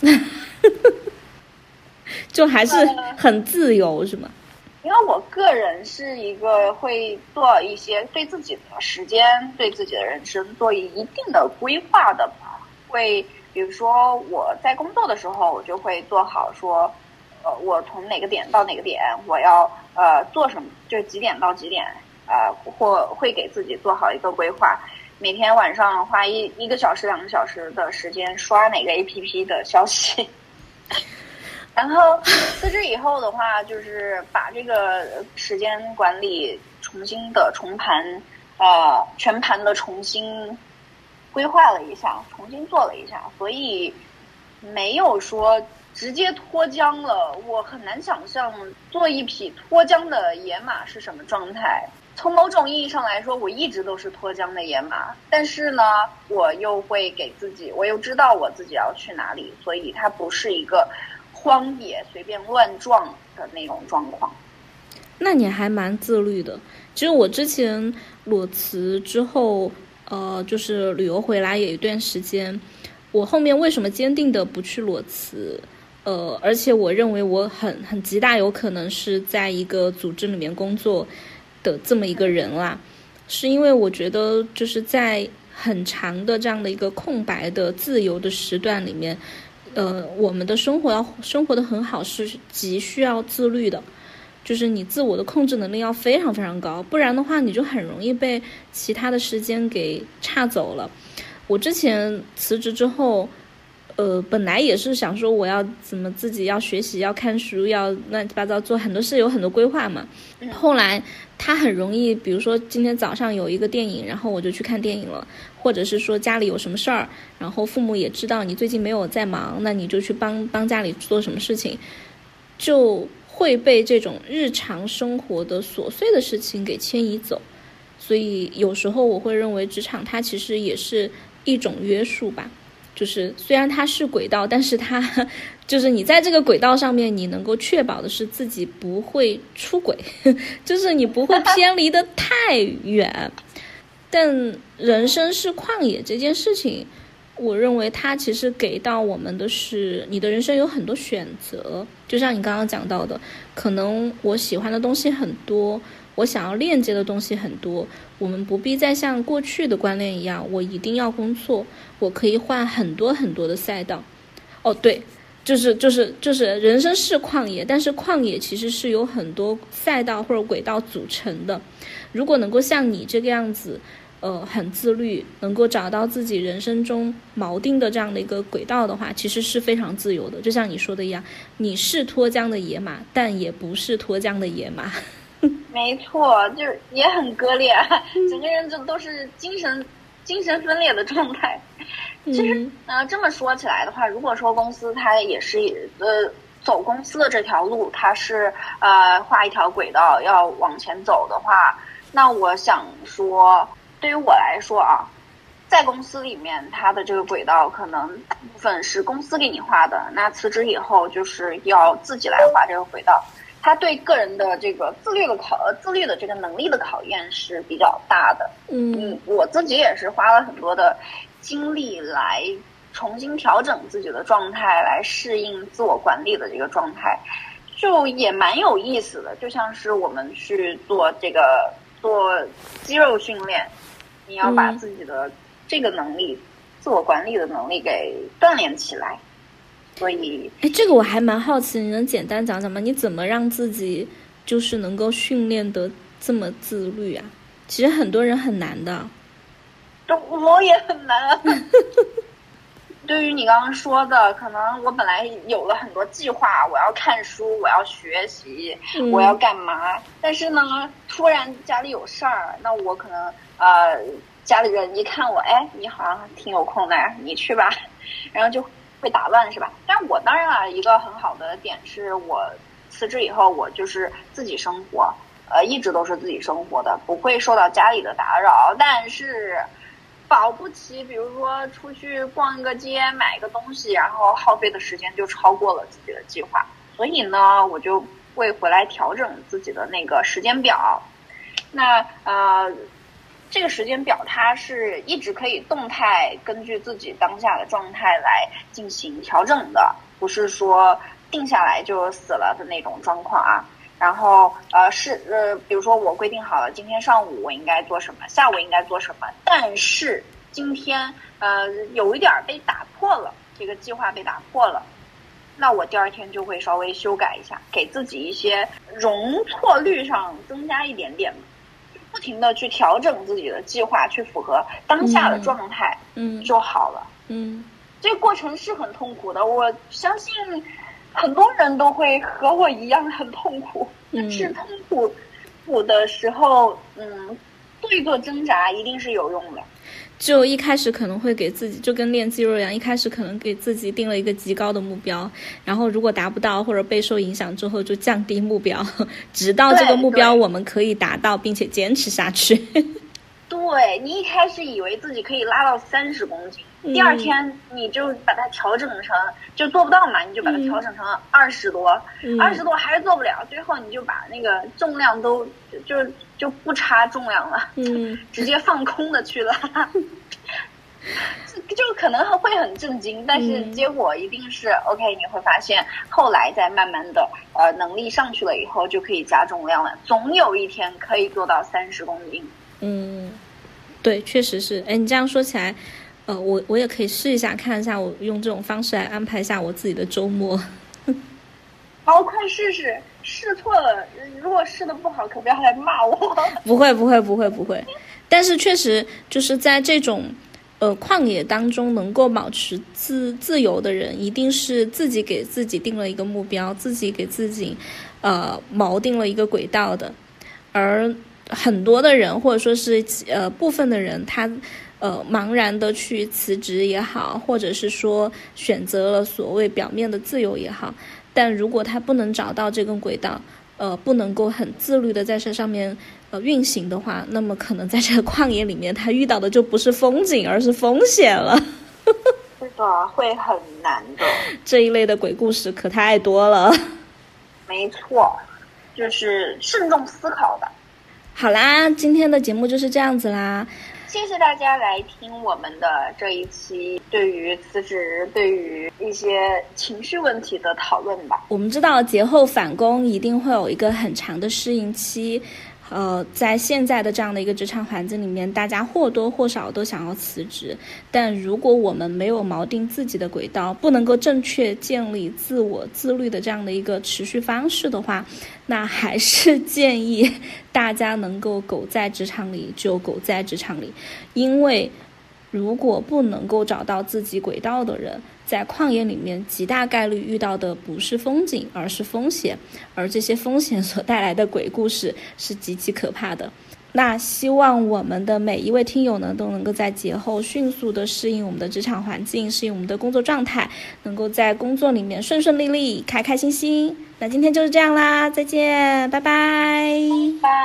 就还是很自由是吗？ 因为我个人是一个会做一些对自己的时间、对自己的人生做一定的规划的吧。会比如说我在工作的时候，我就会做好说，我从哪个点到哪个点，我要做什么，就是几点到几点，或会给自己做好一个规划。每天晚上花一个小时、2个小时的时间刷哪个 APP 的消息。然后辞职以后的话，就是把这个时间管理重新的重盘，全盘的重新规划了一下，重新做了一下，所以没有说直接脱缰了。我很难想象做一匹脱缰的野马是什么状态。从某种意义上来说，我一直都是脱缰的野马，但是呢，我又会给自己，我又知道我自己要去哪里，所以它不是一个荒野随便乱撞的那种状况。 那你还蛮自律的。其实我之前裸辞之后，就是旅游回来有一段时间，我后面为什么坚定的不去裸辞？而且我认为我很极大有可能是在一个组织里面工作的这么一个人啦，是因为我觉得就是在很长的这样的一个空白的自由的时段里面，我们的生活要生活的很好是极需要自律的，就是你自我的控制能力要非常非常高，不然的话你就很容易被其他的时间给岔走了。我之前辞职之后，本来也是想说我要怎么自己要学习要看书要乱七八糟做很多事，有很多规划嘛。后来他很容易，比如说今天早上有一个电影，然后我就去看电影了，或者是说家里有什么事儿，然后父母也知道你最近没有在忙，那你就去帮家里做什么事情，就会被这种日常生活的琐碎的事情给牵移走。所以有时候我会认为职场它其实也是一种约束吧，就是虽然它是轨道，但是它就是你在这个轨道上面，你能够确保的是自己不会出轨，就是你不会偏离的太远。但人生是旷野这件事情，我认为它其实给到我们的是你的人生有很多选择，就像你刚刚讲到的，可能我喜欢的东西很多，我想要链接的东西很多，我们不必再像过去的观念一样，我一定要工作，我可以换很多很多的赛道。对，就是人生是旷野，但是旷野其实是有很多赛道或者轨道组成的。如果能够像你这个样子，很自律，能够找到自己人生中锚定的这样的一个轨道的话，其实是非常自由的。就像你说的一样，你是脱缰的野马，但也不是脱缰的野马。 没错，就是也很割裂，整个人就都是精神分裂的状态。其实这么说起来的话，如果说公司它也是走公司的这条路，它是画一条轨道要往前走的话，那我想说，对于我来说啊，在公司里面它的这个轨道可能大部分是公司给你画的，那辞职以后就是要自己来画这个轨道。它对个人的这个自律的这个能力的考验是比较大的。我自己也是花了很多的精力来重新调整自己的状态，来适应自我管理的这个状态，就也蛮有意思的。就像是我们去做肌肉训练，你要把自己的这个能力，自我管理的能力给锻炼起来。所以这个我还蛮好奇，你能简单讲讲吗？你怎么让自己就是能够训练得这么自律啊？其实很多人很难的。 我也很难啊。对于你刚刚说的，可能我本来有了很多计划，我要看书，我要学习，我要干嘛，但是呢突然家里有事儿，那我可能家里人一看我，哎，你好像挺有空的，你去吧，然后就会打乱，是吧？但我当然了，一个很好的点是我辞职以后，我就是自己生活，一直都是自己生活的，不会受到家里的打扰。但是保不齐，比如说出去逛一个街，买个东西，然后耗费的时间就超过了自己的计划，所以呢，我就会回来调整自己的那个时间表。那这个时间表它是一直可以动态根据自己当下的状态来进行调整的，不是说定下来就死了的那种状况啊。然后比如说我规定好了今天上午我应该做什么，下午应该做什么，但是今天有一点被打破了，这个计划被打破了，那我第二天就会稍微修改一下，给自己一些容错率上增加一点点，不停的去调整自己的计划，去符合当下的状态，就好了。这个过程是很痛苦的，我相信很多人都会和我一样很痛苦，是痛苦的时候，做一做挣扎一定是有用的。 就一开始可能会给自己，就跟练肌肉一样，一开始可能给自己定了一个极高的目标，然后如果达不到或者备受影响之后就降低目标，直到这个目标我们可以达到并且坚持下去。 对，你一开始以为自己可以拉到30公斤，第二天你就把它调整成，就做不到嘛，你就把它调整成20多，20多还是做不了，最后你就把那个重量都就不差重量了，直接放空的去了。就可能会很震惊，但是结果一定是 OK， 你会发现后来再慢慢的能力上去了以后就可以加重量了，总有一天可以做到30公斤。 对，确实是。哎，你这样说起来，我也可以试一下，看一下我用这种方式来安排一下我自己的周末。 好，快试试，试错了，如果试的不好，可不要来骂我。 不会。但是确实就是在这种旷野当中能够保持自由的人，一定是自己给自己定了一个目标，自己给自己锚定了一个轨道的。而很多的人或者说是部分的人，他茫然的去辞职也好，或者是说选择了所谓表面的自由也好，但如果他不能找到这根轨道，不能够很自律的在这上面运行的话，那么可能在这个旷野里面他遇到的就不是风景而是风险了。 是的，会很难的。 这一类的鬼故事可太多了。 没错，就是慎重思考吧。 好啦，今天的节目就是这样子啦， 谢谢大家来听我们的这一期对于辞职、对于一些情绪问题的讨论吧。 我们知道节后返工一定会有一个很长的适应期，在现在的这样的一个职场环境里面，大家或多或少都想要辞职，但如果我们没有锚定自己的轨道，不能够正确建立自我自律的这样的一个持续方式的话，那还是建议大家能够苟在职场里就苟在职场里。因为如果不能够找到自己轨道的人，在旷野里面极大概率遇到的不是风景而是风险，而这些风险所带来的鬼故事是极其可怕的。那希望我们的每一位听友呢，都能够在节后迅速的适应我们的职场环境，适应我们的工作状态，能够在工作里面顺顺利利，开开心心。那今天就是这样啦，再见，拜拜。 拜拜。